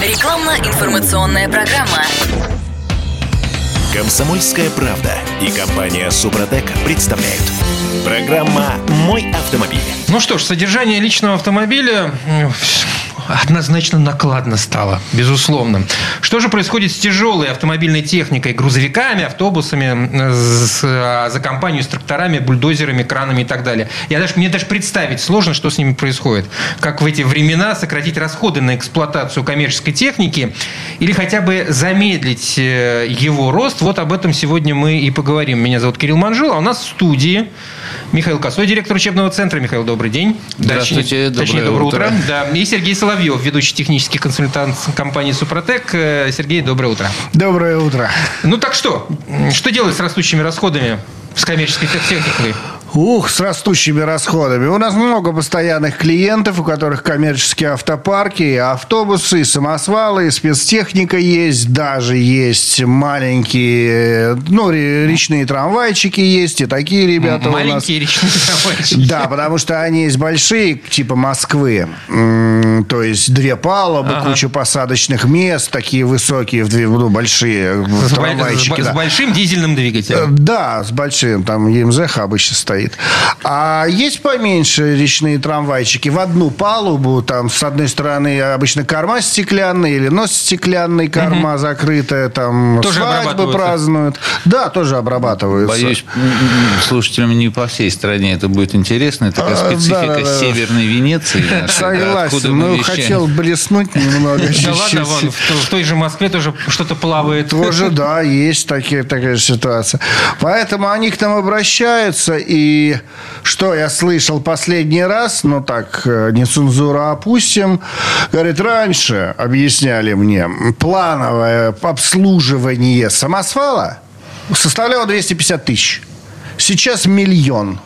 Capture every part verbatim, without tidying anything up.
Рекламно-информационная программа. «Комсомольская правда» и компания «Супротек» представляют. Программа «Мой автомобиль». Ну что ж, содержание личного автомобиля однозначно накладно стало, безусловно. Что же происходит с тяжелой автомобильной техникой, грузовиками, автобусами, с, за компанию с тракторами, бульдозерами, кранами и так далее? Я даже, мне даже представить сложно, что с ними происходит. Как в эти времена сократить расходы на эксплуатацию коммерческой техники или хотя бы замедлить его рост. Вот об этом сегодня мы и поговорим. Меня зовут Кирилл Манжул, а у нас в студии Михаил Косой, директор учебного центра. Михаил, добрый день. Здравствуйте, Точнее, точнее доброе утро. утро. Да. И Сергей Соловьев, ведущий технический консультант компании «Супротек». Сергей, доброе утро. Доброе утро. Ну так что? Что делать с растущими расходами с коммерческой техникой? Ух, с растущими расходами. У нас много постоянных клиентов, у которых коммерческие автопарки, и автобусы, и самосвалы, и спецтехника есть, даже есть маленькие, ну, речные трамвайчики есть, и такие ребята маленькие у нас. Маленькие речные трамвайчики. Да, потому что они есть большие, типа Москвы. То есть две палубы, ага. куча посадочных мест, такие высокие, ну, большие с трамвайчики. С, да. с большим дизельным двигателем. Да, с большим. Там ЕМЗХ обычно стоит. А есть поменьше речные трамвайчики в одну палубу, там с одной стороны обычно корма стеклянная или нос стеклянный, корма угу. закрытая, там тоже свадьбы празднуют. Да, тоже обрабатываются. Боюсь, слушателям не по всей стране это будет интересно. Это такая специфика а, да, да, да. Северной Венеции. Согласен. Ну, хотел блеснуть немного. Да ладно, вон, в той же Москве тоже что-то плавает. Тоже, да, есть такая ситуация. Поэтому они к нам обращаются. И что я слышал последний раз, ну так, нецензура опустим, говорит, раньше, объясняли мне, плановое обслуживание самосвала составляло двести пятьдесят тысяч. Сейчас миллион.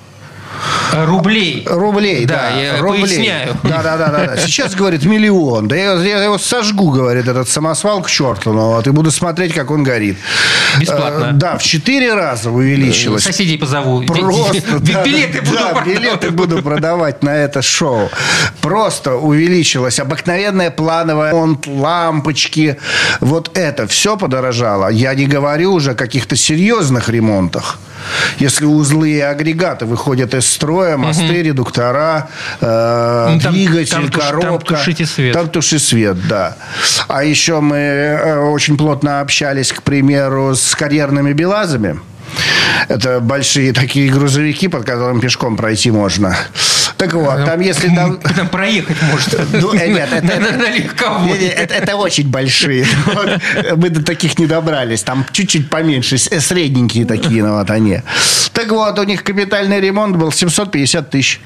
Рублей. Рублей, да. Да, я рублей. поясняю. Да, да, да, да. Сейчас, говорит, миллион. Да я, я его сожгу, говорит, этот самосвал к черту. Ну, вот, и буду смотреть, как он горит. Бесплатно. А, да, в четыре раза увеличилось. Соседей позову. Просто. Да, билеты буду да, продавать. билеты буду продавать на это шоу. Просто увеличилось. Обыкновенное плановое ремонт, лампочки. Вот это все подорожало. Я не говорю уже о каких-то серьезных ремонтах. Если узлы и агрегаты выходят из строя, мосты, угу. редуктора, э, ну, там, двигатель, там коробка. Там тушите свет. Там туши свет, да. А еще мы очень плотно общались, к примеру, с карьерными БелАЗами. Это большие такие грузовики, под которым пешком пройти можно. Так вот, там если... Там, там проехать можно. Ну, нет, это, на, на, на легковой. Это, это очень большие. Вот, мы до таких не добрались. Там чуть-чуть поменьше, средненькие такие, ну, вот они. Так вот, у них капитальный ремонт был семьсот пятьдесят тысяч.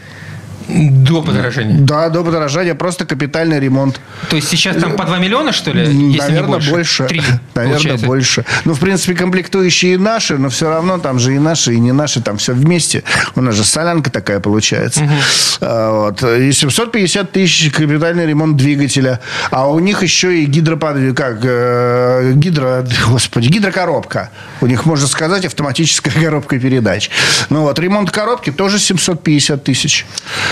До подорожания? Да, до подорожания, просто капитальный ремонт. То есть сейчас там по два миллиона, что ли? Наверное, больше. больше. три, Наверное, получается. больше. Ну, в принципе, комплектующие наши, но все равно там же и наши, и не наши, там все вместе. У нас же солянка такая получается. Угу. А, вот. И семьсот пятьдесят тысяч капитальный ремонт двигателя. А у них еще и гидроподвиг, как э, гидро, господи, гидрокоробка. У них, можно сказать, автоматическая коробка передач. Ну вот, ремонт коробки тоже семьсот пятьдесят тысяч.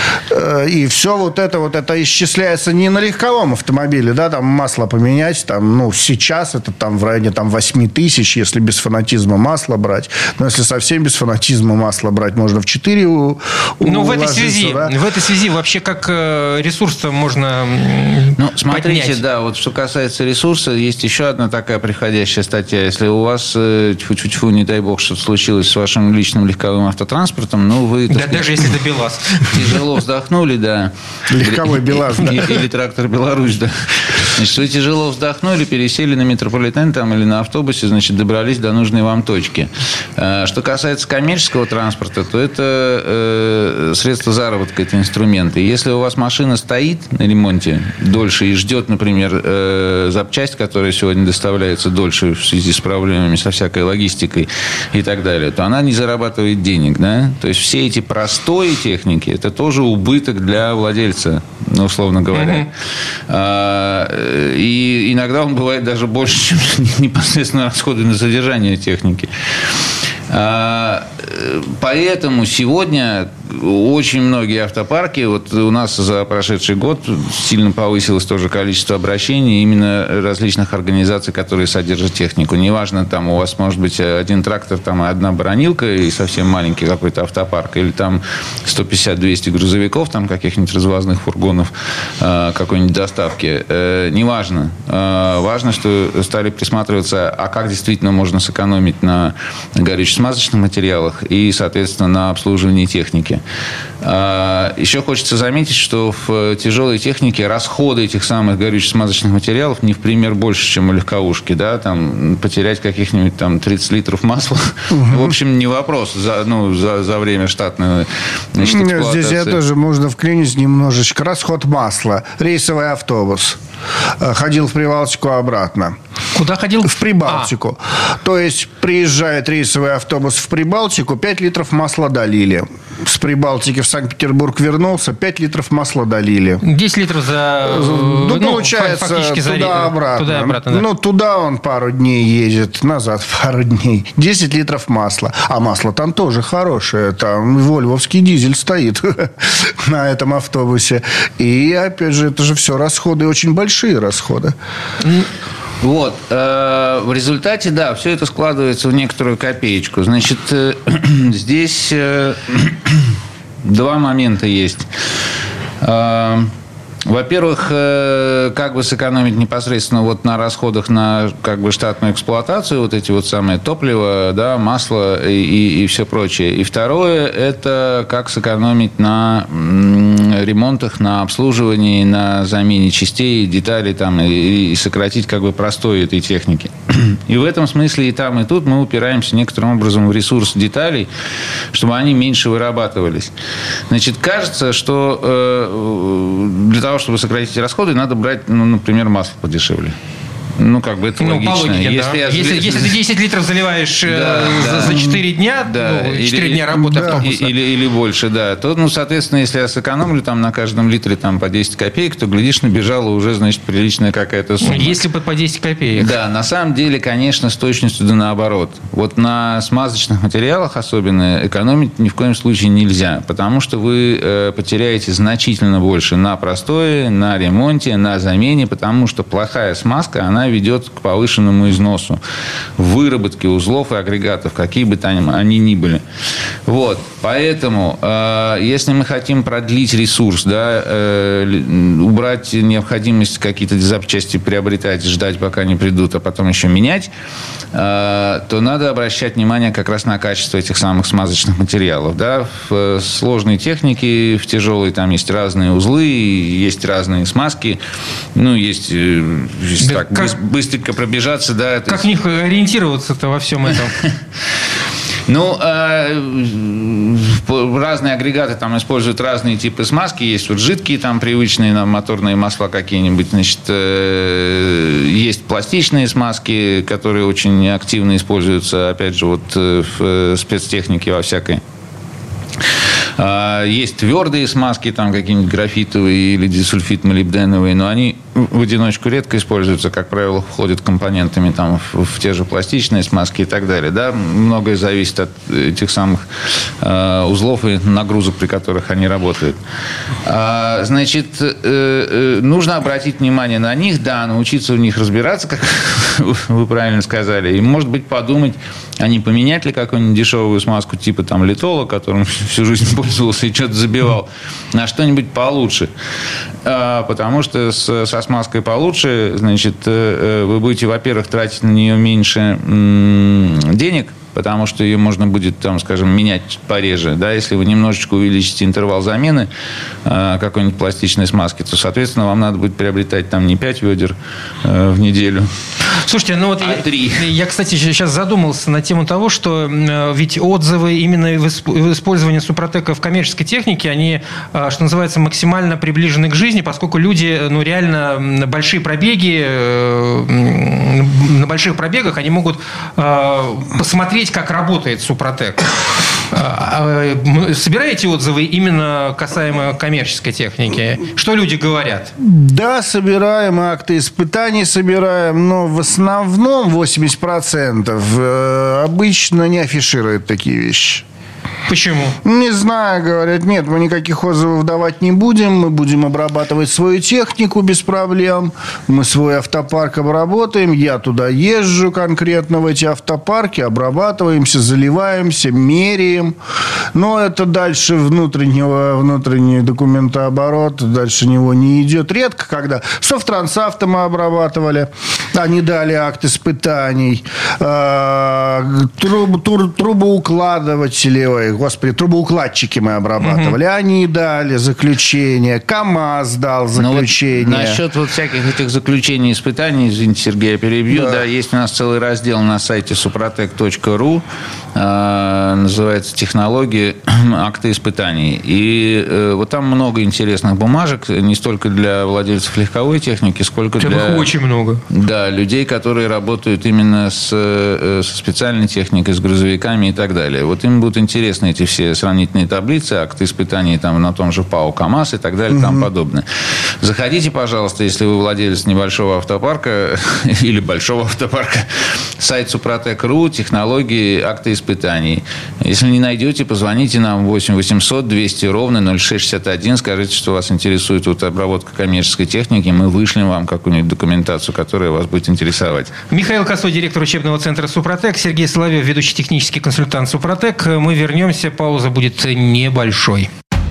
И все вот это вот это исчисляется не на легковом автомобиле, да, там масло поменять, там, ну, сейчас это там в районе там восемь тысяч, если без фанатизма масло брать. Но если совсем без фанатизма масло брать, можно в четыре у, Ну, в этой связи, да? в этой связи вообще как ресурс-то можно Ну, смотрите, поднять? Да, вот что касается ресурса, есть еще одна такая приходящая статья. Если у вас, тьфу-тьфу-тьфу, не дай бог, что-то случилось с вашим личным легковым автотранспортом, ну, вы... Да, даже если это БелАЗ. Тяжело вздохнули, да. Легковой БелАЗ, да. Или трактор Беларусь, да. Значит, вы тяжело вздохнули, пересели на метрополитен там, или на автобусе, значит, добрались до нужной вам точки. Что касается коммерческого транспорта, то это э, средство заработка, это инструменты. Если у вас машина стоит на ремонте дольше и ждет, например, э, запчасть, которая сегодня доставляется дольше в связи с проблемами со всякой логистикой и так далее, то она не зарабатывает денег, да? То есть все эти простои техники, это тоже убыток для владельца, ну, условно говоря. Mm-hmm. А, и иногда он бывает даже больше, чем непосредственно расходы на содержание техники. Поэтому сегодня очень многие автопарки, вот у нас за прошедший год сильно повысилось тоже количество обращений именно различных организаций, которые содержат технику. Неважно, там у вас может быть один трактор, там одна баранилка и совсем маленький какой-то автопарк, или там сто пятьдесят - двести грузовиков, там каких-нибудь развозных фургонов какой-нибудь доставки. Неважно. Важно, что стали присматриваться, а как действительно можно сэкономить на горюче-смазочных материалах и, соответственно, на обслуживании техники. Еще хочется заметить, что в тяжелой технике расходы этих самых горюче-смазочных материалов не в пример больше, чем у легковушки. Да? Там, потерять каких-нибудь там, тридцать литров масла, угу. в общем, не вопрос за, ну, за, за время штатной, значит, эксплуатации. Здесь я тоже можно вклинить немножечко. Расход масла. Рейсовый автобус. Ходил в Прибалтику обратно. Куда ходил? В Прибалтику. А. То есть, приезжает рейсовый автобус в Прибалтику, пять литров масла долили. С Прибалтики в Санкт-Петербург вернулся, пять литров масла долили. десять литров за... Ну, ну получается, туда-обратно. Туда, да. Ну, туда он пару дней едет, назад пару дней. десять литров масла. А масло там тоже хорошее. Там вольвовский дизель стоит на этом автобусе. И, опять же, это же все расходы, очень большие расходы. Вот. В результате, да, все это складывается в некоторую копеечку. Значит, здесь два момента есть. Во-первых, как бы сэкономить непосредственно вот на расходах на как бы штатную эксплуатацию, вот эти вот самые топливо, да, масло и, и, и все прочее. И второе, это как сэкономить на ремонтах, на обслуживании, на замене частей, деталей там, и, и сократить как бы простой этой техники. И в этом смысле и там, и тут мы упираемся некоторым образом в ресурс деталей, чтобы они меньше вырабатывались. Значит, кажется, что э, для того, чтобы сократить расходы, надо брать, ну, например, масло подешевле. Ну, как бы это ну, логично. Логике, если, да. я... если, если ты десять литров заливаешь да, за, да. за четыре дня, да. ну, четыре или, дня работы да. автобуса. Или, или больше, да. То, ну, соответственно, если я сэкономлю там, на каждом литре там, по десять копеек, то, глядишь, набежала уже, значит, приличная какая-то сумма. Если бы по десять копеек. Да, на самом деле, конечно, с точностью да наоборот. Вот на смазочных материалах особенно экономить ни в коем случае нельзя, потому что вы э, потеряете значительно больше на простое, на ремонте, на замене, потому что плохая смазка, она ведет к повышенному износу выработки узлов и агрегатов, какие бы там они ни были. Вот. Поэтому, э, если мы хотим продлить ресурс, да, э, убрать необходимость какие-то запчасти приобретать, ждать, пока они придут, а потом еще менять, э, то надо обращать внимание как раз на качество этих самых смазочных материалов. Да. В сложной технике, в тяжелой, там есть разные узлы, есть разные смазки, ну, есть, есть да, так, как... быстро пробежаться, да. Как в них ориентироваться-то во всем этом? Ну, разные агрегаты там используют разные типы смазки. Есть вот жидкие, там привычные нам моторные масла какие-нибудь. Значит, есть пластичные смазки, которые очень активно используются, опять же, вот в спецтехнике во всякой. Есть твердые смазки, там какие-нибудь графитовые или дисульфид-молибденовые, но они в одиночку редко используются, как правило, входят компонентами там, в, в те же пластичные смазки и так далее. Да? Многое зависит от этих самых э, узлов и нагрузок, при которых они работают. А, значит, э, э, нужно обратить внимание на них, да, научиться в них разбираться, как вы правильно сказали, и, может быть, подумать, а не поменять ли какую-нибудь дешевую смазку типа там литола, которым всю жизнь пользовался и что-то забивал, на что-нибудь получше. А, потому что с, со смазкой получше, значит, вы будете, во-первых, тратить на нее меньше денег, потому что ее можно будет, там, скажем, менять пореже. Да? Если вы немножечко увеличите интервал замены э, какой-нибудь пластичной смазки, то, соответственно, вам надо будет приобретать там не пять ведер э, в неделю. Слушайте, ну вот а я, я, кстати, сейчас задумался на тему того, что э, ведь отзывы именно в использовании Супротека в коммерческой технике, они, э, что называется, максимально приближены к жизни, поскольку люди, ну, реально на большие пробеги, э, на больших пробегах они могут э, посмотреть, как работает Супротек. Собираете отзывы именно касаемо коммерческой техники? Что люди говорят? Да, собираем, акты испытаний собираем, но в основном восемьдесят процентов обычно не афишируют такие вещи. Почему? Не знаю, говорят, нет, мы никаких отзывов давать не будем, мы будем обрабатывать свою технику без проблем, мы свой автопарк обработаем, я туда езжу конкретно в эти автопарки, обрабатываемся, заливаемся, меряем, но это дальше внутреннего, внутренний документооборот, дальше него не идет. Редко, когда Совтрансавто мы обрабатывали, они дали акт испытаний, труб, труб, трубоукладыватели, ой, господи, трубоукладчики мы обрабатывали, угу. Они дали заключение, КАМАЗ дал заключение. Вот насчет вот всяких этих заключений, испытаний, извините, Сергей, я перебью, да. Да, есть у нас целый раздел на сайте супротек точка ру, э, называется «Технологии акты испытаний». И э, вот там много интересных бумажек, не столько для владельцев легковой техники, сколько Там для... их очень много. Да, людей, которые работают именно с, со специальной техникой, с грузовиками и так далее. Вот им будут интересны эти все сравнительные таблицы, акты испытаний там, на том же ПАО КАМАЗ и так далее, и тому подобное. Заходите, пожалуйста, если вы владелец небольшого автопарка или большого автопарка, сайт супротек точка ру, технологии акты испытаний. Если не найдете, позвоните нам восемь восемьсот двести ровно ноль шесть шестьдесят один, скажите, что вас интересует вот обработка коммерческой техники, мы вышлем вам какую-нибудь документацию, которая вас будет интересовать. Михаил Косой, директор учебного центра «Супротек», Сергей Соловьев, ведущий технический консультант «Супротек». Мы вернемся, пауза будет небольшой.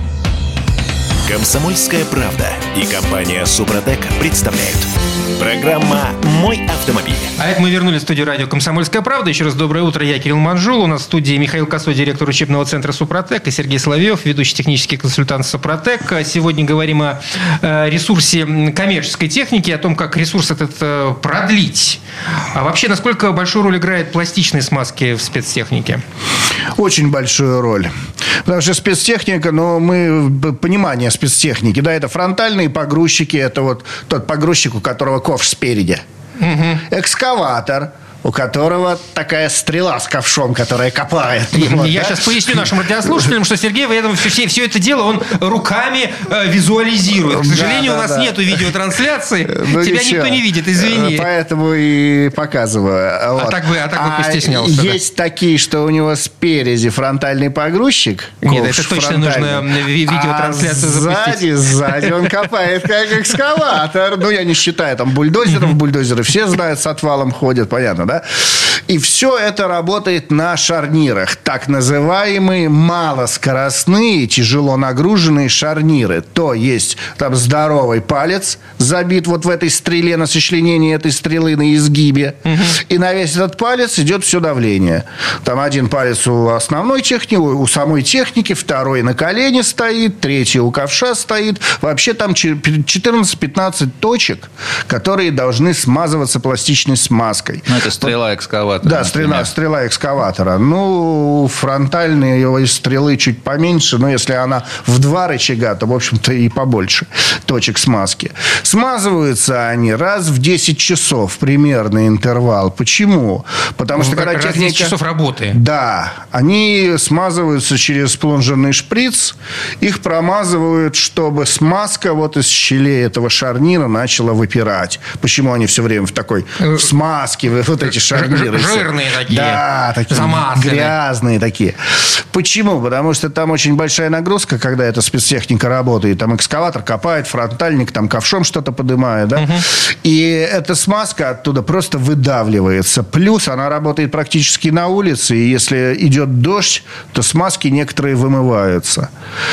«Комсомольская правда» и компания «Супротек» представляют. Программа «Мой автомобиль». А это мы вернулись в студию радио «Комсомольская правда». Еще раз доброе утро. Я Кирилл Манжул. У нас в студии Михаил Косой, директор учебного центра «Супротек», и Сергей Соловьев, ведущий технический консультант «Супротек». Сегодня говорим о ресурсе коммерческой техники, о том, как ресурс этот продлить. А вообще, насколько большую роль играет пластичные смазки в спецтехнике? Очень большую роль. Потому что спецтехника, но мы понимание спецтехники, да, это фронтальные погрузчики, это вот тот погрузчик, у которого ковш спереди. Угу. Экскаватор, у которого такая стрела с ковшом, которая копает его. Я да? сейчас поясню нашим радиослушателям, что Сергей в этом все, все это дело он руками э, визуализирует. К сожалению, да, да, у нас да. нету видеотрансляции. Ну, Тебя ничего. Никто не видит, извини. Поэтому и показываю. Вот. А так бы, а так бы а постеснялся. Есть да? Такие, что у него спереди фронтальный погрузчик. Нет, это точно нужно видеотрансляцию а запустить. Сзади, сзади он копает как экскаватор. Ну, я не считаю там бульдозеров. Бульдозеры все знают, с отвалом ходят, понятно, да? И все это работает на шарнирах. Так называемые малоскоростные, тяжело нагруженные шарниры. То есть там здоровый палец забит вот в этой стреле, на сочленении этой стрелы, на изгибе. Угу. И на весь этот палец идет все давление. Там один палец у основной техники, у самой техники, второй на колене стоит, третий у ковша стоит. Вообще там четырнадцать-пятнадцать точек, которые должны смазываться пластичной смазкой. Ну, это стрела экскаватора. Да, стрела, стрела экскаватора. Ну, фронтальные его стрелы чуть поменьше, но если она в два рычага, то, в общем-то, и побольше точек смазки. Смазываются они раз в десять часов примерно интервал. Почему? Потому ну, что когда техника... десять часов работы. Да. Они смазываются через плунжерный шприц. Их промазывают, чтобы смазка вот из щелей этого шарнира начала выпирать. Почему они все время в такой в смазке, вот эти шарниры? Жирные такие. Да, такие замасленные. Грязные такие. Почему? Потому что там очень большая нагрузка, когда эта спецтехника работает. Там экскаватор копает, фронтальник там ковшом что-то поднимает, да? Угу. И эта смазка оттуда просто выдавливается. Плюс она работает практически на улице. И если идет дождь, то смазки некоторые вымываются.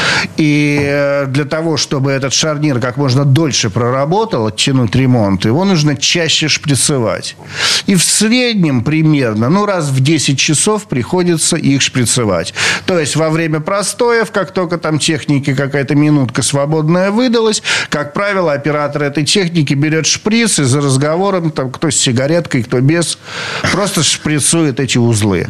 И для того, чтобы этот шарнир как можно дольше проработал, оттянуть ремонт, его нужно чаще шприцевать. И в среднем примерно, ну, раз в десять часов приходится их шприцевать. То есть, во время простоев, как только там техники какая-то минутка свободная выдалась, как правило, оператор этой техники берет шприц и за разговором, там, кто с сигареткой, кто без, просто шприцует эти узлы.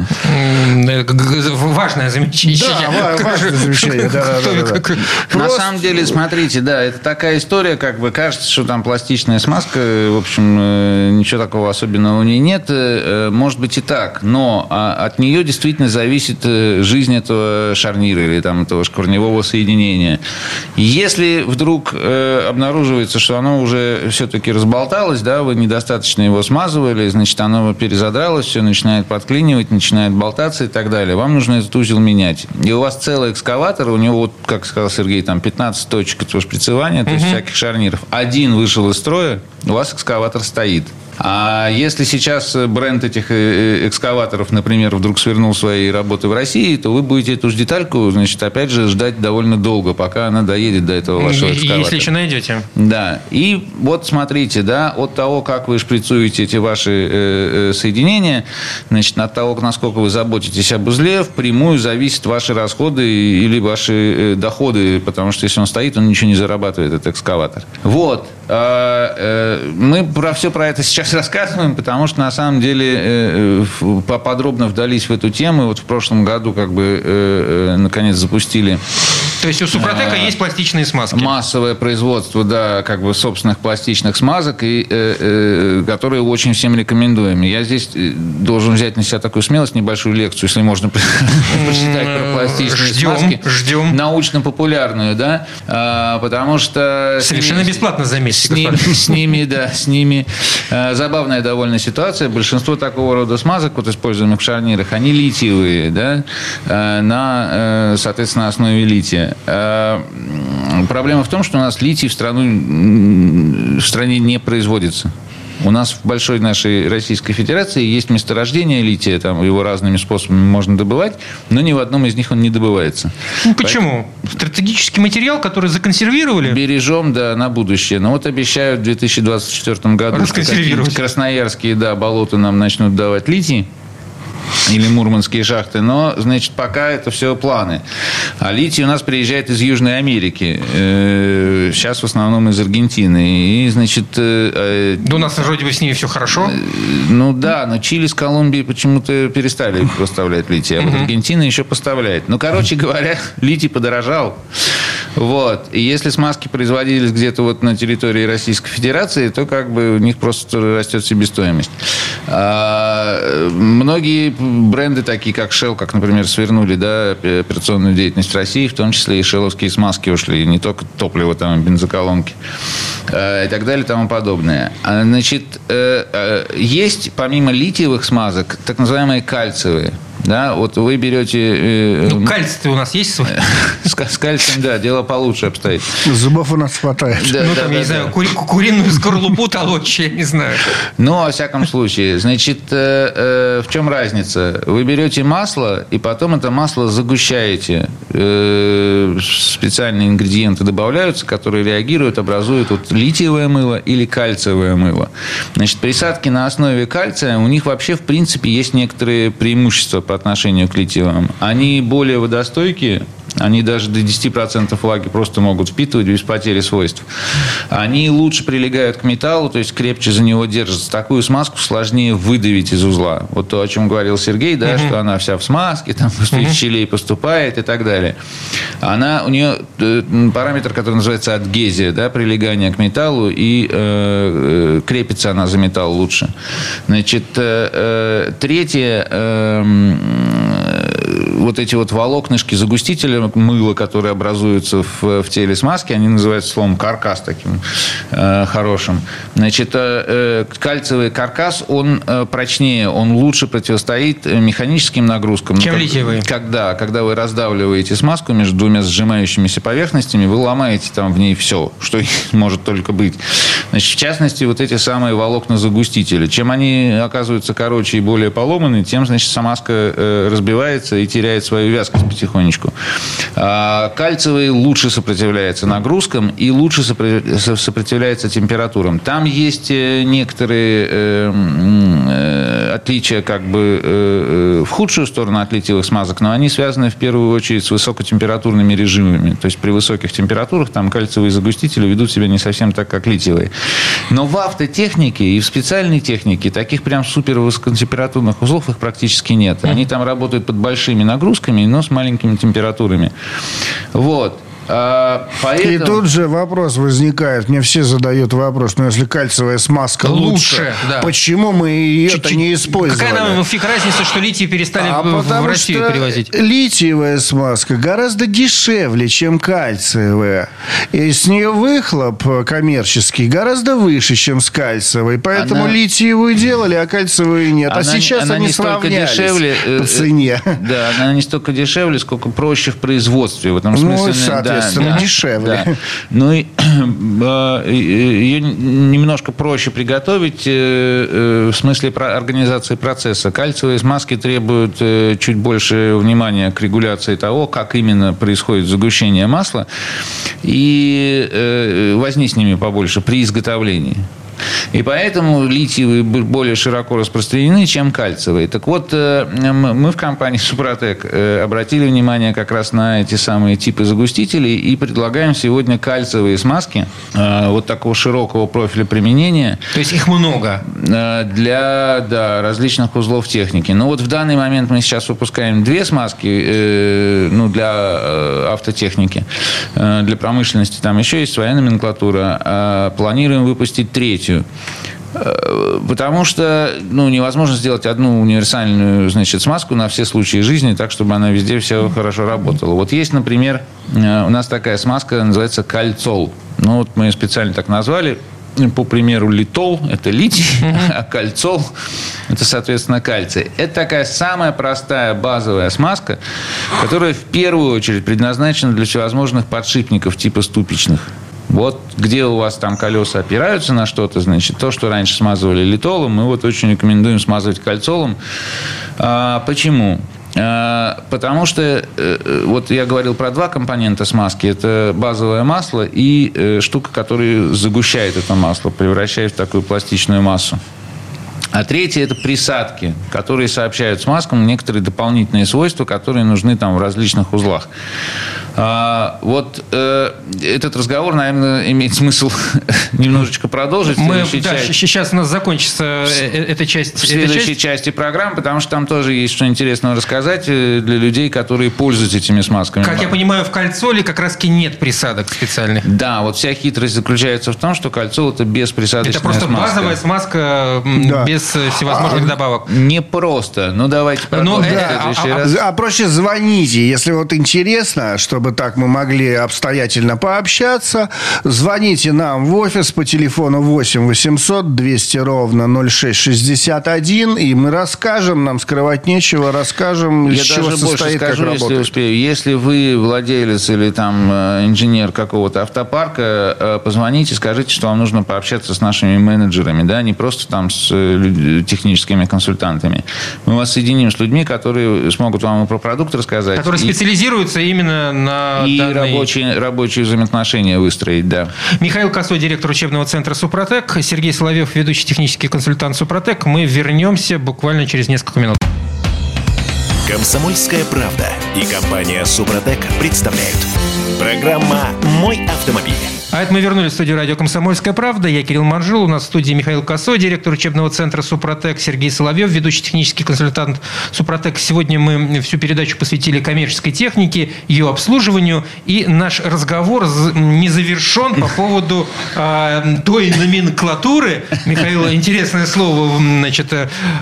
Важное замечание. Да, важное замечание. На самом деле, смотрите, да, это такая история, как бы кажется, что там пластичная смазка, в общем, ничего такого особенного у нее нет. может быть и так, но от нее действительно зависит жизнь этого шарнира или там, этого корневого соединения. Если вдруг э, обнаруживается, что оно уже все-таки разболталось, да, вы недостаточно его смазывали, значит, оно перезадралось, все начинает подклинивать, начинает болтаться и так далее, вам нужно этот узел менять. И у вас целый экскаватор, у него, вот, как сказал Сергей, там пятнадцать точек этого шприцевания, то есть угу. всяких шарниров. Один вышел из строя, у вас экскаватор стоит. А если сейчас бренд этих экскаваторов, например, вдруг свернул свои работы в России, то вы будете эту же детальку, значит, опять же, ждать довольно долго, пока она доедет до этого вашего экскаватора. Если еще найдете. Да. И вот смотрите, да, от того, как вы шприцуете эти ваши э, соединения, значит, от того, насколько вы заботитесь об узле, впрямую зависят ваши расходы или ваши доходы, потому что если он стоит, он ничего не зарабатывает, этот экскаватор. Вот. Мы про все про это сейчас рассказываем, потому что на самом деле подробно вдались в эту тему. Вот в прошлом году как бы наконец запустили. То есть у Супротека а, есть пластичные смазки? Массовое производство, да, как бы собственных пластичных смазок, и, э, э, которые очень всем рекомендуем. Я здесь должен взять на себя такую смелость, небольшую лекцию, если можно почитать про пластичные смазки. Ждем. Научно-популярную, да, а, потому что... Совершенно бесплатно, заметьте. С, ним, с ними, да, с ними а, забавная довольно ситуация. Большинство такого рода смазок, вот используемых в шарнирах, они литиевые, да, а, на, соответственно, основе лития. Проблема в том, что у нас литий в, страну, в стране не производится. У нас в большой нашей Российской Федерации есть месторождение лития, там его разными способами можно добывать, но ни в одном из них он не добывается. Ну, почему? Поэтому... Стратегический материал, который законсервировали? Бережем, да, на будущее. Но вот обещают в две тысячи двадцать четвёртом году, что какие-нибудь красноярские, да, болота нам начнут давать литий. Или мурманские шахты, но, значит, пока это все планы. А литий у нас приезжает из Южной Америки. Сейчас в основном из Аргентины. И, значит... Да у нас вроде бы с ними все хорошо. Ну да, но Чили с Колумбией почему-то перестали поставлять литий, а вот Аргентина еще поставляет. Ну, короче говоря, литий подорожал. Вот. И если смазки производились где-то вот на территории Российской Федерации, то как бы у них просто растет себестоимость. А многие бренды, такие как Shell, как, например, свернули, да, операционную деятельность в России, в том числе и шелловские смазки ушли, не только топливо, там, бензоколонки и так далее и тому подобное. Значит, есть помимо литиевых смазок так называемые кальциевые. Да, вот вы берете... Ну, кальций у нас есть свой? С, с кальцием, да, дело получше обстоит. Зубов у нас хватает. Да, ну, да, там, да, я да, не да. знаю, кури, куриную скорлупу толочь, я не знаю. Ну, во всяком случае, значит, э, э, в чем разница? Вы берете масло, и потом это масло загущаете. Э, специальные ингредиенты добавляются, которые реагируют, образуют вот литиевое мыло или кальциевое мыло. Значит, присадки на основе кальция, у них вообще, в принципе, есть некоторые преимущества по отношению к литиевым. Они более водостойкие, они даже до десяти процентов влаги просто могут впитывать без потери свойств. Они лучше прилегают к металлу, то есть крепче за него держатся. Такую смазку сложнее выдавить из узла. Вот то, о чем говорил Сергей, да, uh-huh. что она вся в смазке, там uh-huh. из щелей поступает и так далее. Она, у нее параметр, который называется адгезия, да, прилегание к металлу, и э, крепится она за металл лучше. Значит, э, э, третье, э, вот эти вот волокнышки загустителя мыла, которые образуются в, в теле смазки, они называются словом каркас таким э, хорошим. Значит, э, кальциевый каркас, он э, прочнее, он лучше противостоит механическим нагрузкам. Чем литиевый? Когда, когда вы раздавливаете смазку между двумя сжимающимися поверхностями, вы ломаете там в ней все, что может только быть. Значит, в частности, вот эти самые волокна загустителя. Чем они оказываются короче и более поломаны, тем, значит, смазка э, разбивается и теряет свою вязкость потихонечку. А кальциевый лучше сопротивляется нагрузкам и лучше сопротивляется температурам. Там есть некоторые э, э, отличия как бы э, в худшую сторону от литиевых смазок, но они связаны в первую очередь с высокотемпературными режимами. То есть при высоких температурах там кальциевые загустители ведут себя не совсем так, как литиевые. Но в автотехнике и в специальной технике таких прям супер высокотемпературных узлов их практически нет. Они там работают под большими нагрузками, но с маленькими температурами. Вот. Поэтому... И тут же вопрос возникает. Мне все задают вопрос. Ну, если кальциевая смазка лучше, лучше да. почему мы ее-то не использовали? Какая нам фиг разница, что литий перестали а в, в Россию перевозить? Литиевая смазка гораздо дешевле, чем кальциевая. И с нее выхлоп коммерческий гораздо выше, чем с кальциевой. Поэтому она... литиевую делали, а кальциевую нет. Она, а сейчас она они не сравнялись дешевле, по цене. Да, она не столько дешевле, сколько проще в производстве. В этом смысле, ну, соответственно, да, дешевле. Да. Ну, и, ее немножко проще приготовить в смысле организации процесса. Кальциевые смазки требуют чуть больше внимания к регуляции того, как именно происходит загущение масла, и возни с ними побольше при изготовлении. И поэтому литиевые более широко распространены, чем кальциевые. Так вот, мы в компании «Супротек» обратили внимание как раз на эти самые типы загустителей и предлагаем сегодня кальциевые смазки вот такого широкого профиля применения. То есть их много? Для да, различных узлов техники. Но вот в данный момент мы сейчас выпускаем две смазки ну, для автотехники. Для промышленности там еще есть своя номенклатура. А планируем выпустить третью. Потому что ну, невозможно сделать одну универсальную, значит, смазку на все случаи жизни, так, чтобы она везде все хорошо работала. Вот есть, например, у нас такая смазка, называется кальцол. Ну, вот мы ее специально так назвали. По примеру, литол – это литий, а кальцол – это, соответственно, кальций. Это такая самая простая базовая смазка, которая в первую очередь предназначена для всевозможных подшипников типа ступичных. Вот где у вас там колеса опираются на что-то, значит, то, что раньше смазывали литолом, мы вот очень рекомендуем смазывать кальцолом. А, почему? А, потому что, вот я говорил про два компонента смазки. Это базовое масло и э, штука, которая загущает это масло, превращает в такую пластичную массу. А третье – это присадки, которые сообщают смазкам некоторые дополнительные свойства, которые нужны там в различных узлах. А, вот э, этот разговор, наверное, имеет смысл немножечко продолжить. Мы, да, части. Сейчас у нас закончится эта часть. В следующей часть. части программы, потому что там тоже есть что интересного рассказать для людей, которые пользуются этими смазками. Как я понимаю, в кальцоле как раз-таки нет присадок специальных. Да, вот вся хитрость заключается в том, что кальцол – это бесприсадочная смазка. Это просто базовая смазка, да. без всевозможных а, добавок. Не просто. Ну, давайте ну, да, а, раз. А, а проще звоните, если вот интересно, чтобы так мы могли обстоятельно пообщаться. Звоните нам в офис по телефону восемь восемьсот двести ровно ноль шесть шестьдесят один, и мы расскажем, нам скрывать нечего, расскажем, из Я чего даже состоит, больше скажу, как если работает. успею. Если вы владелец или там инженер какого-то автопарка, позвоните, скажите, что вам нужно пообщаться с нашими менеджерами, да, не просто там с техническими консультантами. Мы вас соединим с людьми, которые смогут вам про продукт рассказать. Которые и, специализируются именно на и данной... рабочие, рабочие взаимоотношения выстроить, да. Михаил Косой, директор учебного центра «Супротек», Сергей Соловьев, ведущий технический консультант «Супротек». Мы вернемся буквально через несколько минут. «Комсомольская правда» и компания «Супротек» представляют. Программа «Мой автомобиль». А это мы вернулись в студию радио «Комсомольская правда». Я Кирилл Манжул. У нас в студии Михаил Косой, директор учебного центра «Супротек», Сергей Соловьев, ведущий технический консультант «Супротек». Сегодня мы всю передачу посвятили коммерческой технике, ее обслуживанию. И наш разговор не завершен по поводу э, той номенклатуры. Михаил интересное слово значит,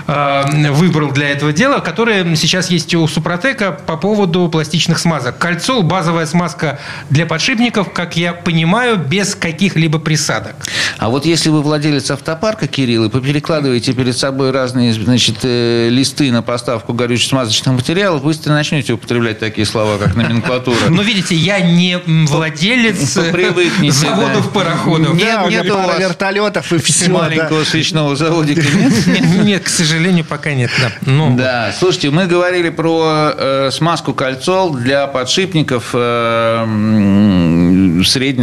э, выбрал для этого дела, которое сейчас есть у «Супротека» по поводу пластичных смазок. Кальцол – базовая смазка для подшипников, как я понимаю, без каких-либо присадок. А вот если вы владелец автопарка, Кирилл, и поперекладываете перед собой разные, значит, э, листы на поставку горюче-смазочных материалов, вы начнете употреблять такие слова, как номенклатура. Но видите, я не владелец заводов, пароходов. Нет вертолетов и все. Маленького свечного заводика нет? Нет, к сожалению, пока нет. Да, слушайте, мы говорили про смазку кальцол для подшипников среднескоростных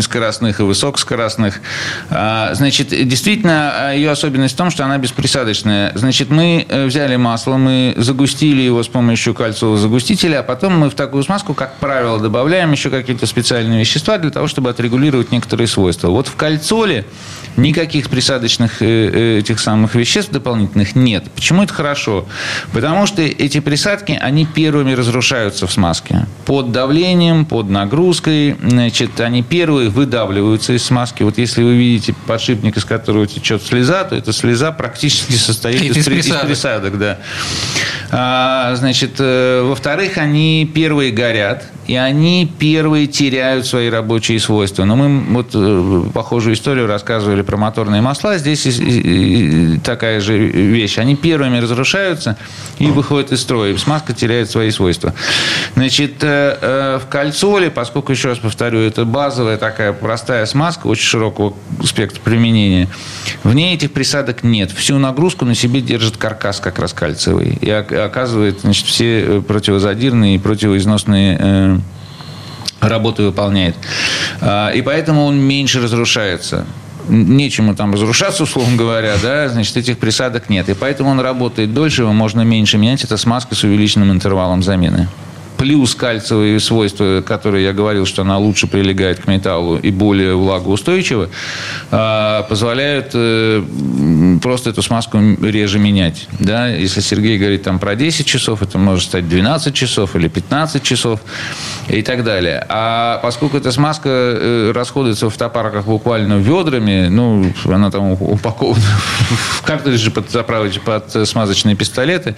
скоростных и высокоскоростных. Значит, действительно, ее особенность в том, что она бесприсадочная. Значит, мы взяли масло, мы загустили его с помощью кальциевого загустителя, а потом мы в такую смазку, как правило, добавляем еще какие-то специальные вещества для того, чтобы отрегулировать некоторые свойства. Вот в кальцоле никаких присадочных этих самых веществ дополнительных нет. Почему это хорошо? Потому что эти присадки, они первыми разрушаются в смазке. Под давлением, под нагрузкой, значит, они первые выдавливаются из смазки. Вот если вы видите подшипник, из которого течет слеза, то эта слеза практически состоит из, из присадок. Из присадок, да. А, значит, во-вторых, они первые горят, и они первые теряют свои рабочие свойства. Но мы вот похожую историю рассказывали про моторные масла. Здесь такая же вещь. Они первыми разрушаются и выходят из строя. Смазка теряет свои свойства. Значит, в кальцоле, поскольку, еще раз повторю, это базовая такая простая смазка очень широкого спектра применения, в ней этих присадок нет. Всю нагрузку на себе держит каркас как раз кальциевый. И оказывает, значит, все противозадирные и противоизносные работы выполняет. И поэтому он меньше разрушается. Нечему там разрушаться, условно говоря, да, значит, этих присадок нет. И поэтому он работает дольше, его можно меньше менять. Это смазка с увеличенным интервалом замены. Плюс кальциевые свойства, которые я говорил, что она лучше прилегает к металлу и более влагоустойчива, позволяют просто эту смазку реже менять. Да? Если Сергей говорит там про десять часов, это может стать двенадцать часов или пятнадцать часов и так далее. А поскольку эта смазка расходуется в автопарках буквально ведрами, ну, она там упакована в картриджи под заправочные, под смазочные пистолеты,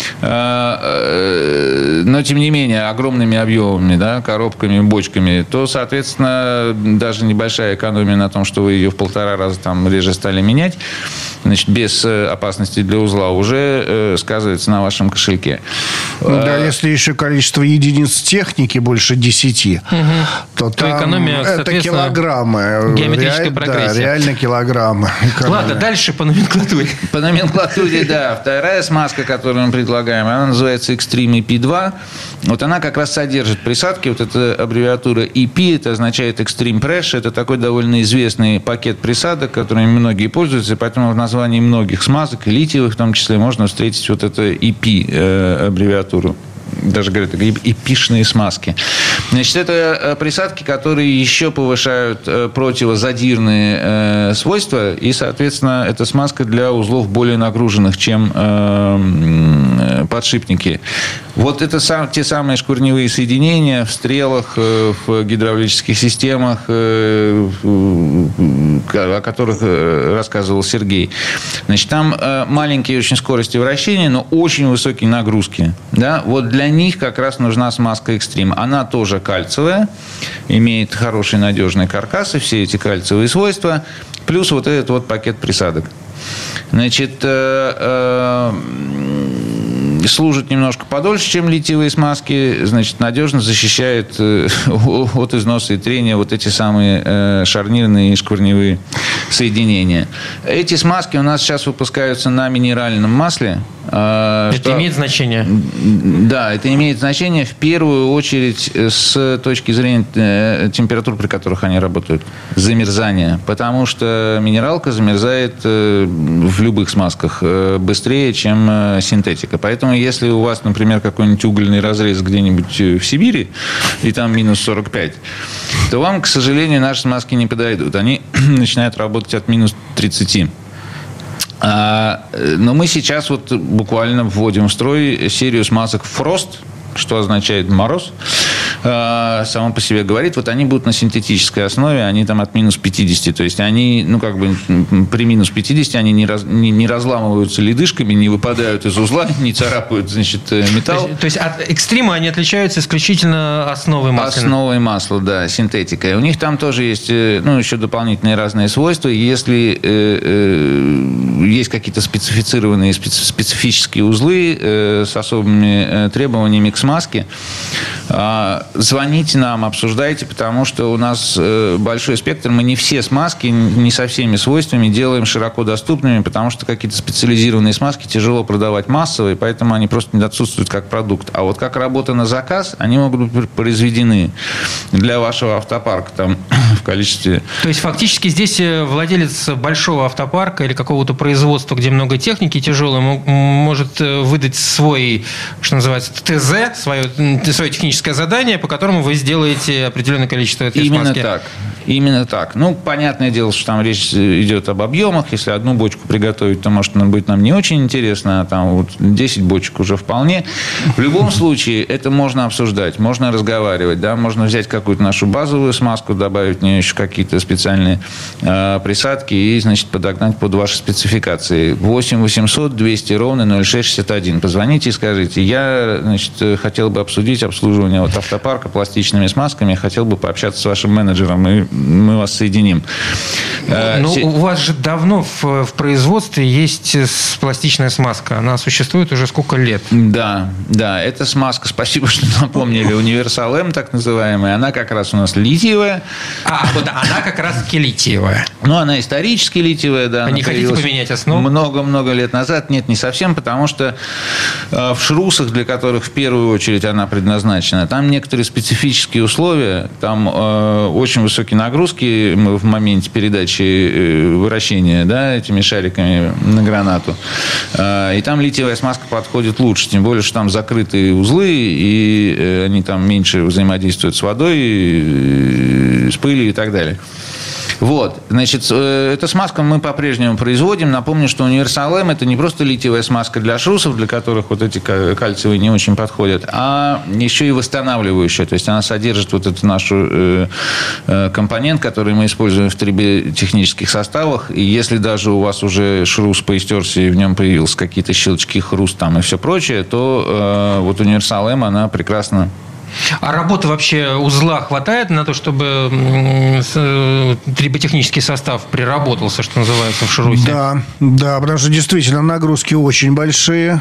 но тем не менее огромными объемами, да, коробками, бочками, то, соответственно, даже небольшая экономия на том, что вы ее в полтора раза там реже стали менять, значит, без опасности для узла, уже э, сказывается на вашем кошельке. Да, а, если еще количество единиц техники больше десяти, угу. то, то там экономия, это килограммы. Геометрическая Реаль, прогрессия. Да, реально килограммы. Экономия. Ладно, дальше по номенклатуре. По номенклатуре, да. Вторая смазка, которую мы предлагаем, она называется Extreme и пи два. Вот она как раз содержит присадки. Вот эта аббревиатура и пи, это означает Extreme Pressure. Это такой довольно известный пакет присадок, которыми многие пользуются. Поэтому в названии многих смазок, и литиевых в том числе, можно встретить вот это и пи э, аббревиатуру. Даже говорят, эпичные смазки. Значит, это присадки, которые еще повышают противозадирные э, свойства, и, соответственно, это смазка для узлов более нагруженных, чем э, подшипники. Вот это сам, те самые шкурневые соединения в стрелах, э, в гидравлических системах, э, о которых рассказывал Сергей. Значит, там э, маленькие очень скорости вращения, но очень высокие нагрузки. Да? Вот для них как раз нужна смазка Extreme. Она тоже кальциевая, имеет хороший надежный каркас и все эти кальциевые свойства, плюс вот этот вот пакет присадок. Значит, э, э, служит немножко подольше, чем литиевые смазки, значит, надежно защищает э, от износа и трения вот эти самые э, шарнирные и шкварневые соединения. Эти смазки у нас сейчас выпускаются на минеральном масле. Э, это что, имеет значение? Да, это имеет значение в первую очередь с точки зрения э, температур, при которых они работают, замерзания. Потому что минералка замерзает э, в любых смазках э, быстрее, чем э, синтетика. Поэтому если у вас, например, какой-нибудь угольный разрез где-нибудь в Сибири, и там минус сорок пять, то вам, к сожалению, наши смазки не подойдут. Они начинают работать от минус тридцати. А, но мы сейчас вот буквально вводим в строй серию смазок Frost, что означает мороз, само по себе говорит, вот они будут на синтетической основе, они там от минус пятидесяти, то есть они, ну, как бы при минус пятидесяти они не, раз, не, не разламываются ледышками, не выпадают из узла, не царапают, значит, металл. То есть, то есть от экстрима они отличаются исключительно основой масла? Основой масла, да, синтетикой. У них там тоже есть, ну, еще дополнительные разные свойства. Если э, э, есть какие-то специфицированные специ, специфические узлы э, с особыми э, требованиями к смазке, э, звоните нам, обсуждайте, потому что у нас большой спектр. Мы не все смазки, не со всеми свойствами делаем широко доступными, потому что какие-то специализированные смазки тяжело продавать массово, и поэтому они просто не отсутствуют как продукт. А вот как работа на заказ, они могут быть произведены для вашего автопарка там, в количестве... То есть, фактически, здесь владелец большого автопарка или какого-то производства, где много техники тяжелой, может выдать свой, что называется, ТЗ, свое, свое техническое задание, по которому вы сделаете определенное количество этой Именно смазки. так. Именно так. Ну, понятное дело, что там речь идет об объемах. Если одну бочку приготовить, то, может, она будет нам не очень интересно, а там вот десять бочек уже вполне. В любом случае, это можно обсуждать, можно разговаривать, да, можно взять какую-то нашу базовую смазку, добавить в нее еще какие-то специальные э, присадки и, значит, подогнать под ваши спецификации. восемь восемьсот двести ровно ноль шесть шестьдесят один. Позвоните и скажите, я, значит, хотел бы обсудить обслуживание вот автопарка пластичными смазками, хотел бы пообщаться с вашим менеджером, и мы вас соединим. Ну, Се... у вас же давно в, в производстве есть пластичная смазка. Она существует уже сколько лет? Да, да. Эта смазка, спасибо, что напомнили, Универсал М, так называемая. Она как раз у нас литиевая. А, вот она как раз-таки литиевая. Ну, она исторически литиевая, да. А не хотите поменять основу? Много-много лет назад. Нет, не совсем, потому что э, в шрусах, для которых в первую очередь она предназначена, там некоторые специфические условия. Там э, очень высокие нагрузки в моменте передачи вращения, да, этими шариками на гранату. И там литиевая смазка подходит лучше. Тем более, что там закрытые узлы, и они там меньше взаимодействуют с водой, с пылью и так далее. Вот, значит, эту смазку мы по-прежнему производим. Напомню, что Универсал М – это не просто литиевая смазка для шрусов, для которых вот эти кальциевые не очень подходят, а еще и восстанавливающая. То есть она содержит вот эту нашу э, э, компонент, который мы используем в триботехнических составах. И если даже у вас уже шрус поистерся и в нем появились какие-то щелчки, хруст там и все прочее, то э, вот Универсал М, она прекрасно. А работы вообще узла хватает на то, чтобы триботехнический состав приработался, что называется, в шрусе? Да, да, потому что действительно нагрузки очень большие.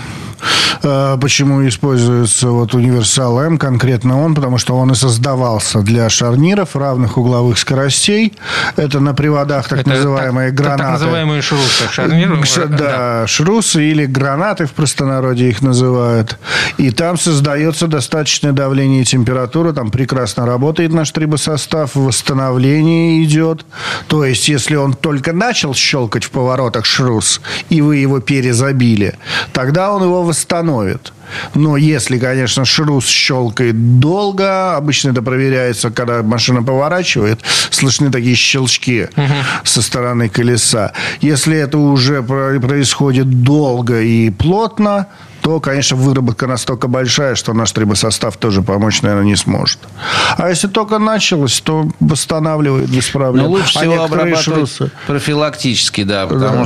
Почему используется вот Универсал М, конкретно он? Потому что он и создавался для шарниров равных угловых скоростей. Это на приводах так это называемые так, гранаты. Так называемые шрусы. Шарниры? Да, да, шрусы или гранаты в простонародье их называют. И там создается достаточное давление и температура. Там прекрасно работает наш трибосостав. Восстановление идет. То есть, если он только начал щелкать в поворотах шрус, и вы его перезабили, тогда он его восстановит. Но если, конечно, шрус щелкает долго, обычно это проверяется, когда машина поворачивает, слышны такие щелчки угу. со стороны колеса. Если это уже происходит долго и плотно, то, конечно, выработка настолько большая, что наш трибосостав тоже помочь, наверное, не сможет. А если только началось, то восстанавливает без проблем. Но лучше а всего обрабатывать шрусы... профилактически, да, потому да.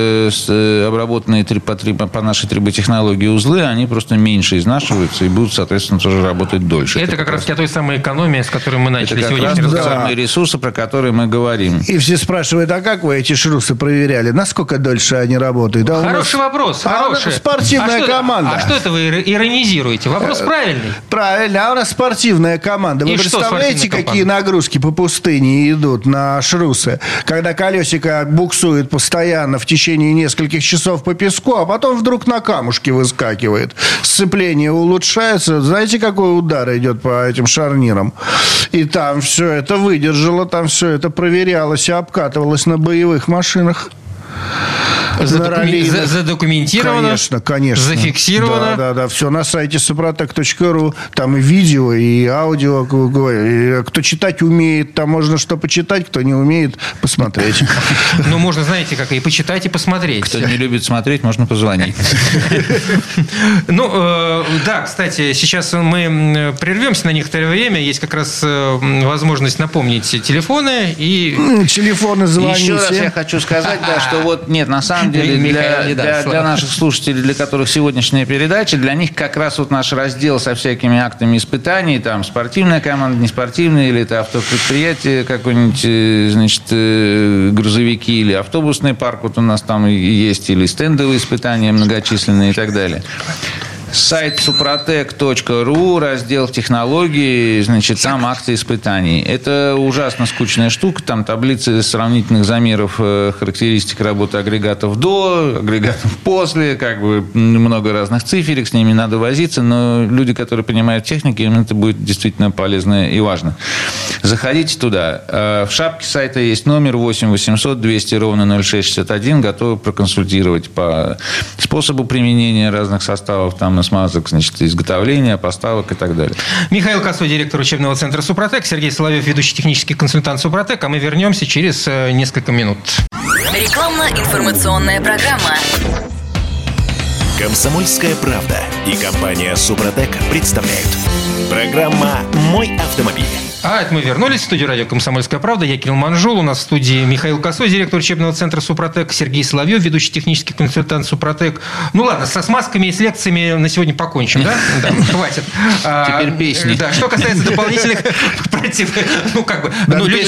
что обработанные по, по нашей триботехнологии узлы, они просто меньше изнашиваются и будут, соответственно, тоже работать дольше. Это, это как раз таки той самой экономии, с которой мы начали сегодняшний разговор. Это самые ресурсы, про которые мы говорим. И все спрашивают, а как вы эти шрусы проверяли? Насколько дольше они работают? Да, хороший нас... вопрос, а хороший. Спортивная а команда. А что это вы иронизируете? Вопрос правильный. Правильно. А у нас спортивная команда. Вы И представляете, какие нагрузки по пустыне идут на шрусы? Когда колесико буксует постоянно в течение нескольких часов по песку, а потом вдруг на камушке выскакивает. Сцепление улучшается. Знаете, какой удар идет по этим шарнирам? И там все это выдержало, там все это проверялось и обкатывалось на боевых машинах. Задокумен... Задокументировано, конечно, конечно. Зафиксировано. Да, да, да. Все на сайте супротек точка ру. Там и видео, и аудио. И кто читать умеет, там можно что почитать, кто не умеет, посмотреть. Ну, можно, знаете, как и почитать, и посмотреть. Кто не любит смотреть, можно позвонить. Ну, да, кстати, сейчас мы прервемся на некоторое время. Есть как раз возможность напомнить телефоны. И телефоны звоните. Еще раз я хочу сказать, да, что вот нет, на самом деле для, для, для наших слушателей, для которых сегодняшняя передача, для них как раз вот наш раздел со всякими актами испытаний, там спортивная команда, неспортивная, или это автопредприятие какое-нибудь, значит, грузовики или автобусный парк, вот у нас там и есть, или стендовые испытания многочисленные и так далее. Сайт супротек точка ру, раздел технологии, значит, там акции испытаний. Это ужасно скучная штука, там таблицы сравнительных замеров характеристик работы агрегатов до, агрегатов после, как бы много разных циферек, с ними надо возиться, но люди, которые понимают технику, им это будет действительно полезно и важно. Заходите туда. В шапке сайта есть номер восемь восемьсот двести ровно ноль шесть шестьдесят один, готовы проконсультировать по способу применения разных составов, там, смазок, значит, изготовления, поставок и так далее. Михаил Косой, директор учебного центра «Супротек», Сергей Соловьев, ведущий технический консультант «Супротек», а мы вернемся через несколько минут. Рекламно-информационная программа. «Комсомольская правда» и компания «Супротек» представляют. Программа «Мой автомобиль». А это мы вернулись в студию радио «Комсомольская правда». Я Кирилл Манжул. У нас в студии Михаил Косой, директор учебного центра «Супротек», Сергей Соловьев, ведущий технический консультант «Супротек». Ну ладно, со смазками и с лекциями на сегодня покончим, да? Да, хватит. Теперь песни. Да, что касается дополнительных против... Ну, как бы...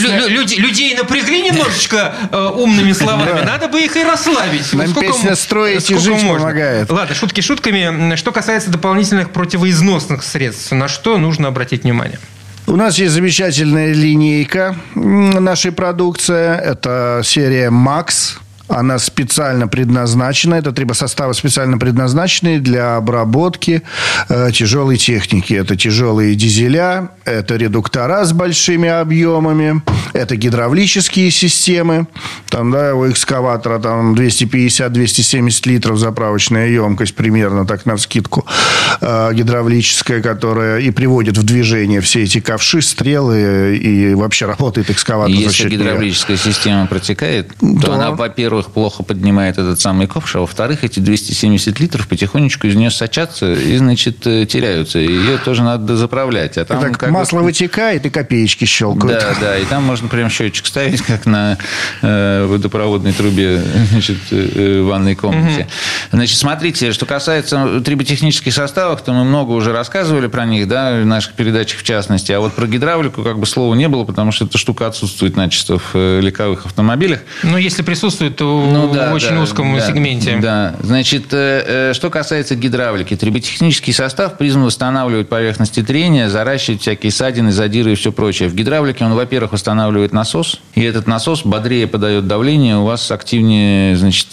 Людей напрягли немножечко умными словами. Надо бы их и расслабить. Нам песня «Строить и жить» помогает. Ладно, шутки шутками. Что касается дополнительных противоизносных средств, на что нужно обратить внимание? У нас есть замечательная линейка нашей продукции. Это серия «Макс». Она специально предназначена, это трибосоставы специально предназначенные для обработки э, тяжелой техники. Это тяжелые дизеля, это редуктора с большими объемами, это гидравлические системы. Там, да, у экскаватора там двести пятьдесят - двести семьдесят литров заправочная емкость, примерно так навскидку, э, гидравлическая, которая и приводит в движение все эти ковши, стрелы, и вообще работает экскаватор. Если гидравлическая система протекает, да, то она, во-первых, плохо поднимает этот самый ковш, а во-вторых, эти двести семьдесят литров потихонечку из нее сочатся и, значит, теряются. Ее тоже надо заправлять. А там так как масло бы... вытекает, и копеечки щелкают. Да, да, и там можно прям счетчик ставить, как на э, водопроводной трубе, значит, э, в ванной комнате. Угу. Значит, смотрите, что касается триботехнических составов, то мы много уже рассказывали про них, да, в наших передачах в частности. А вот про гидравлику как бы слова не было, потому что эта штука отсутствует начисто в легковых автомобилях. Но если присутствует, то ну, да, в очень да, узком да, сегменте. Да. Значит, э, что касается гидравлики. Триботехнический состав призван восстанавливать поверхности трения, заращивать всякие ссадины, задиры и все прочее. В гидравлике он, во-первых, восстанавливает насос, и этот насос бодрее подает давление, у вас активнее, значит,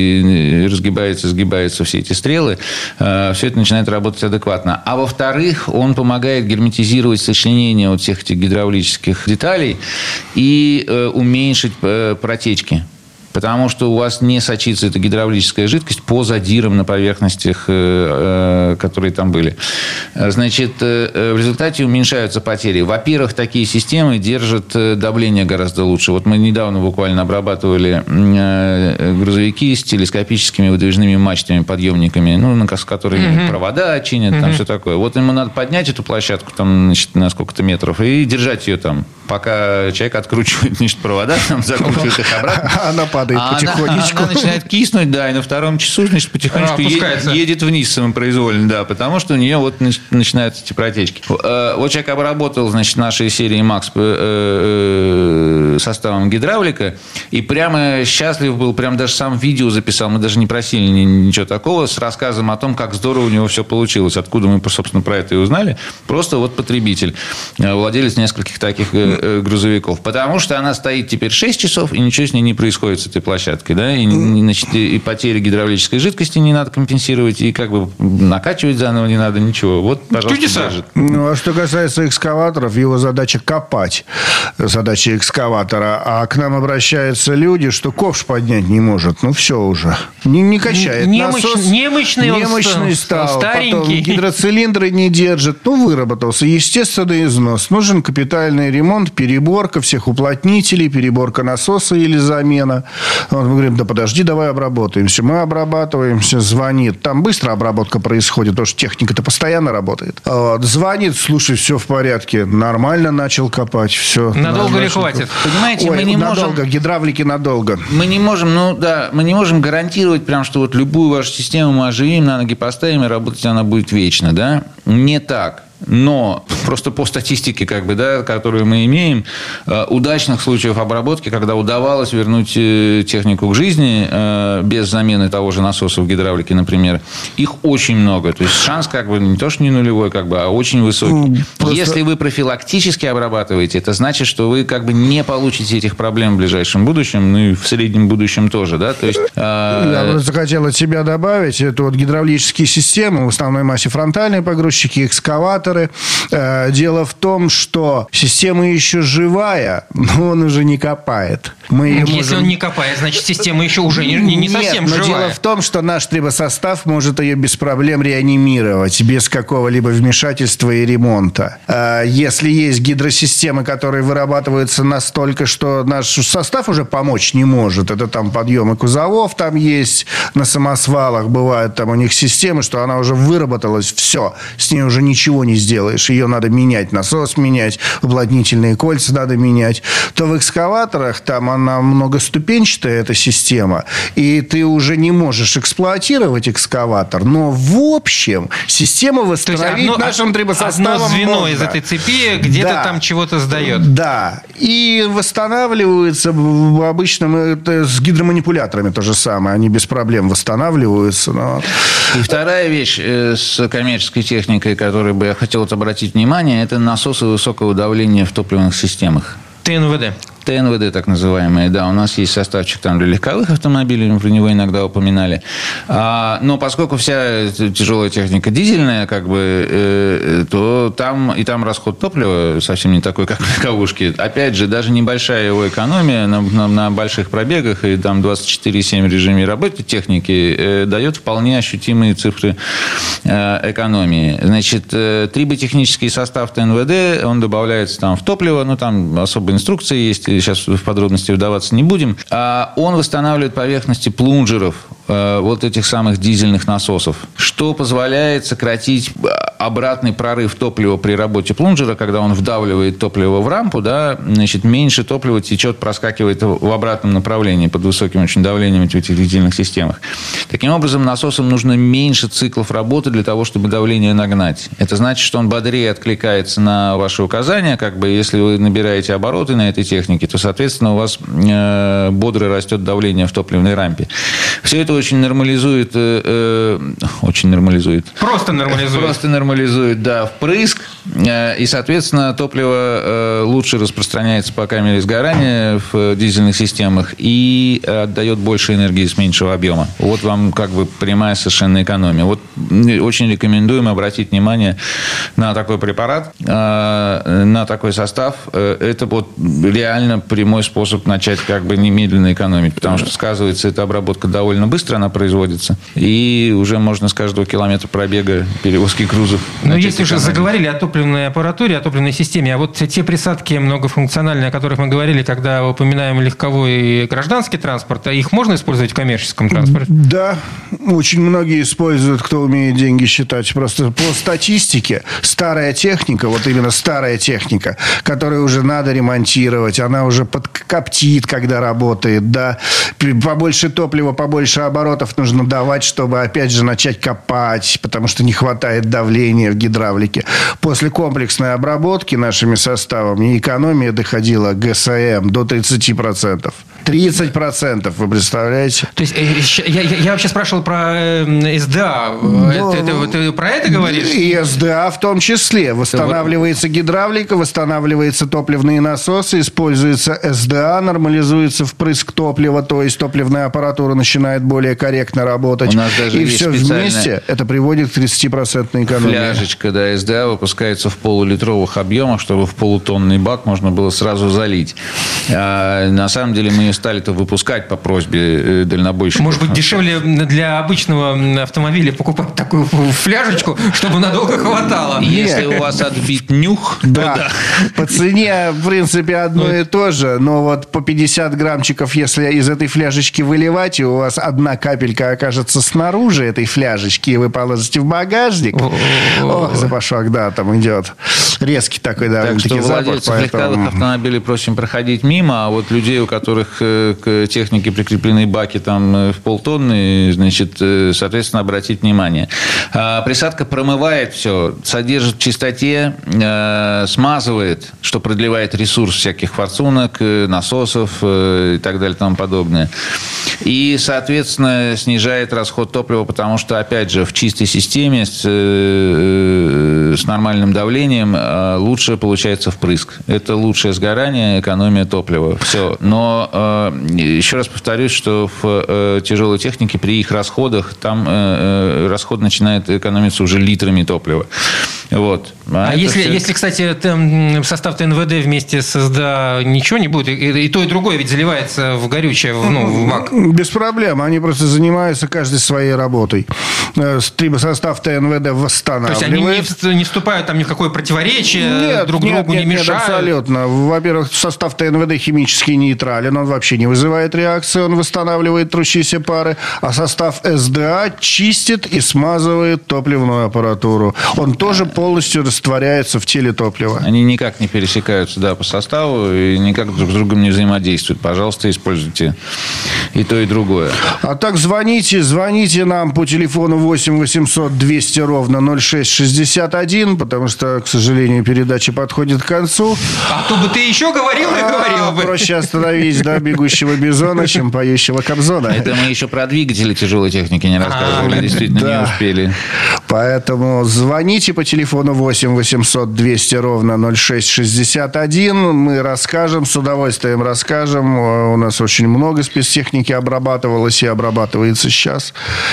и разгибается, сгибаются все эти стрелы, э, все это начинает работать адекватно. А во-вторых, он помогает герметизировать сочленение вот всех этих гидравлических деталей и э, уменьшить э, протечки. Потому что у вас не сочится эта гидравлическая жидкость по задирам на поверхностях, которые там были. Значит, в результате уменьшаются потери. Во-первых, такие системы держат давление гораздо лучше. Вот мы недавно буквально обрабатывали грузовики с телескопическими выдвижными мачтами, подъемниками, ну, с которыми mm-hmm. провода чинят, mm-hmm. там все такое. Вот ему надо поднять эту площадку там, значит, на сколько-то метров и держать ее там, пока человек откручивает, значит, провода, там, закручивает их обратно. Она падает а потихонечку. Она, она начинает киснуть, да, и на втором часу, значит, потихонечку а, е- едет вниз самопроизвольно, да, потому что у нее вот начинаются эти протечки. Вот человек обработал, значит, нашей серии «Макс» составом гидравлика, и прямо счастлив был, прям даже сам видео записал, мы даже не просили ничего такого, с рассказом о том, как здорово у него все получилось. Откуда мы, собственно, про это и узнали? Просто вот потребитель, владелец нескольких таких грузовиков. Потому что она стоит теперь шесть часов, и ничего с ней не происходит с этой площадкой, да, и, значит, и потери гидравлической жидкости не надо компенсировать, и как бы накачивать заново не надо, ничего. Вот, пожалуйста, чудеса. Ну, а что касается экскаваторов, его задача копать, задача экскаватора, а к нам обращаются люди, что ковш поднять не может, ну, все уже, не, не качает Немощ... насос, немощный, немощный стал, стал старенький. Потом гидроцилиндры не держит, ну, выработался естественный износ, нужен капитальный ремонт, переборка всех уплотнителей, переборка насоса или замена. Вот мы говорим, да подожди, давай обработаемся. Мы обрабатываемся, звонит. Там быстро обработка происходит, потому что техника-то постоянно работает. Вот. Звонит, слушай, все в порядке. Нормально начал копать. Все. Надолго ли хватит? Понимаете, Ой, мы не надолго. можем... Гидравлики надолго. Мы не можем, ну да, мы не можем гарантировать прям, что вот любую вашу систему мы оживим, на ноги поставим, и работать она будет вечно, да? Не так. но просто по статистике, как бы, да, которую мы имеем, удачных случаев обработки, когда удавалось вернуть технику к жизни без замены того же насоса в гидравлике, например, их очень много. То есть шанс как бы не то, что не нулевой, как бы, а очень высокий. Просто... Если вы профилактически обрабатываете, это значит, что вы как бы не получите этих проблем в ближайшем будущем, ну и в среднем будущем тоже, да? То есть, Я э... просто хотел от себя добавить, это вот гидравлические системы, в основной массе фронтальные погрузчики, экскаваторы. Дело в том, что система еще живая, но он уже не копает. Мы Если можем... он не копает, значит, система еще уже не, не, не совсем Нет, но живая. дело в том, что наш трибосостав может ее без проблем реанимировать, без какого-либо вмешательства и ремонта. Если есть гидросистемы, которые вырабатываются настолько, что наш состав уже помочь не может, это там подъемы кузовов там есть, на самосвалах бывают там у них системы, что она уже выработалась, все, с ней уже ничего не сделаешь, ее надо менять, насос менять, уплотнительные кольца надо менять, то в экскаваторах там она многоступенчатая, эта система, и ты уже не можешь эксплуатировать экскаватор, но в общем система восстановить одно, нашим трибосоставом одно звено можно. Из этой цепи где-то да. там чего-то сдает. Да, и восстанавливаются обычно это с гидроманипуляторами то же самое, они без проблем восстанавливаются. Но... И вторая вещь с коммерческой техникой, которой бы я хотел обратить внимание, это насосы высокого давления в топливных системах. ТНВД. ТНВД, так называемые, да, у нас есть составчик там для легковых автомобилей, мы про него иногда упоминали. А, но поскольку вся тяжелая техника дизельная, как бы, э, то там и там расход топлива совсем не такой, как в легковушке. Опять же, даже небольшая его экономия на, на, на больших пробегах и там двадцать четыре семь режиме работы техники э, дает вполне ощутимые цифры э, экономии. Значит, э, триботехнический состав ТНВД, он добавляется там в топливо, ну, там особые инструкции есть, сейчас в подробности вдаваться не будем. Он восстанавливает поверхности плунжеров вот этих самых дизельных насосов, что позволяет сократить обратный прорыв топлива при работе плунжера, когда он вдавливает топливо в рампу, да, значит, меньше топлива течет, проскакивает в обратном направлении под высоким очень давлением в этих дизельных системах. Таким образом, насосам нужно меньше циклов работы для того, чтобы давление нагнать. Это значит, что он бодрее откликается на ваши указания, как бы, если вы набираете обороты на этой технике, то, соответственно, у вас э, бодро растет давление в топливной рампе. Все это очень нормализует, э, э, очень нормализует. Просто нормализует. Просто нормализует, да, впрыск, э, и, соответственно, топливо э, лучше распространяется по камере сгорания в дизельных системах и отдает больше энергии с меньшего объема. Вот вам как бы прямая совершенно экономия. Вот очень рекомендуем обратить внимание на такой препарат, э, на такой состав. Э, это вот реально прямой способ начать как бы немедленно экономить, потому что, сказывается, эта обработка довольно быстро она производится, и уже можно с каждого километра пробега перевозки грузов. Но если уже заговорили о топливной аппаратуре, о топливной системе, а вот те присадки многофункциональные, о которых мы говорили, когда упоминаем легковой и гражданский транспорт, а их можно использовать в коммерческом транспорте? Да, очень многие используют, кто умеет деньги считать. Просто по статистике старая техника, вот именно старая техника, которую уже надо ремонтировать, она уже подкоптит, когда работает, да, побольше топлива, побольше оборотов нужно давать, чтобы, опять же, начать копать, потому что не хватает давления в гидравлике. После комплексной обработки нашими составами экономия доходила к ГСМ до тридцати процентов. тридцать процентов, вы представляете? То есть, я, я, я вообще спрашивал про СДА. Но, ты, ты, ты про это говоришь? И СДА в том числе. Восстанавливается гидравлика, восстанавливаются топливные насосы, используется СДА, нормализуется впрыск топлива, то есть топливная аппаратура начинает более корректно работать. У нас даже и все вместе это приводит к тридцатипроцентной экономии. Фляжечка, да, СДА выпускается в полулитровых объемах, чтобы в полутонный бак можно было сразу залить. А на самом деле мы стали-то выпускать по просьбе дальнобойщиков. Может быть, дешевле для обычного автомобиля покупать такую фляжечку, чтобы надолго хватало. Если у вас отбит нюх, да. то да. По цене, в принципе, одно и то же, но вот по пятьдесят граммчиков, если из этой фляжечки выливать, и у вас одна капелька окажется снаружи этой фляжечки, и вы положите в багажник, ох, запашок, да, там идет. Резкий такой, да, так что запах. владельцев поэтому... легковых автомобилей просим проходить мимо, а вот людей, у которых к технике прикреплены баки там в полтонны, значит, соответственно, обратить внимание. Присадка промывает все, содержит в чистоте, смазывает, что продлевает ресурс всяких форсунок, насосов и так далее и тому подобное. И, соответственно, снижает расход топлива, потому что, опять же, в чистой системе с, с нормальным давлением лучше получается впрыск. Это лучшее сгорание, экономия топлива. Все. Но еще раз повторюсь, что в тяжелой технике при их расходах там расход начинает экономиться уже литрами топлива. Вот. А, а если, все... если, кстати, там состав ТНВД вместе с СДА ничего не будет, и, и то, и другое ведь заливается в горючее, ну, в бак? Без проблем. Они просто занимаются каждый своей работой. Состав ТНВД восстанавливает. То есть они не, не вступают там ни в какое противоречие, нет, друг нет, другу нет, не нет, мешают? Абсолютно. Во-первых, состав ТНВД химически нейтрален, он вообще не вызывает реакции, он восстанавливает трущиеся пары, а состав СДА чистит и смазывает топливную аппаратуру. Он тоже полностью растворяется в теле топлива. Они никак не пересекаются, да, по составу и никак друг с другом не взаимодействуют. Пожалуйста, используйте и то, и другое. А так звоните, звоните нам по телефону восемь восемьсот двести ровно ноль шесть шестьдесят один, потому что, к сожалению, передача подходит к концу. А то бы ты еще говорил и говорил бы. Проще остановить, да, бегущего бизона, чем поющего кобзона. Это мы еще про двигатели тяжелой техники не рассказывали, действительно не успели. Поэтому звоните по телефону восемь восемьсот двести ровно ноль шесть шестьдесят один. Мы расскажем, с удовольствием расскажем. У нас очень много спецтехники обрабатывалось и обрабатывается сейчас.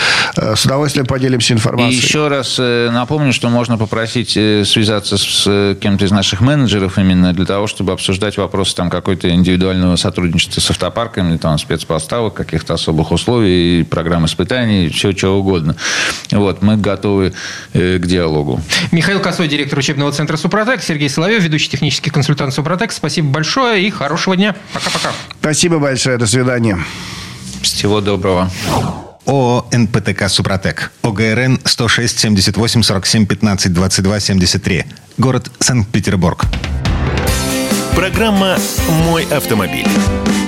С удовольствием поделимся информацией. И еще раз напомню, что можно попросить связаться с кем-то из наших менеджеров именно для того, чтобы обсуждать вопросы там какой-то индивидуального сотрудничества с автопарками, там, спецпоставок, каких-то особых условий, программ испытаний, все что угодно. Вот, мы готовы к диалогу. Михаил Косой, директор учебного центра «Супротек», Сергей Соловьев, ведущий технический консультант «Супротек». Спасибо большое и хорошего дня. Пока-пока. Спасибо большое. До свидания. Всего доброго. ООО «НПТК Супротек». ОГРН сто шесть семьдесят восемь сорок семь пятнадцать двадцать два семьдесят три. Город Санкт-Петербург. Программа «Мой автомобиль».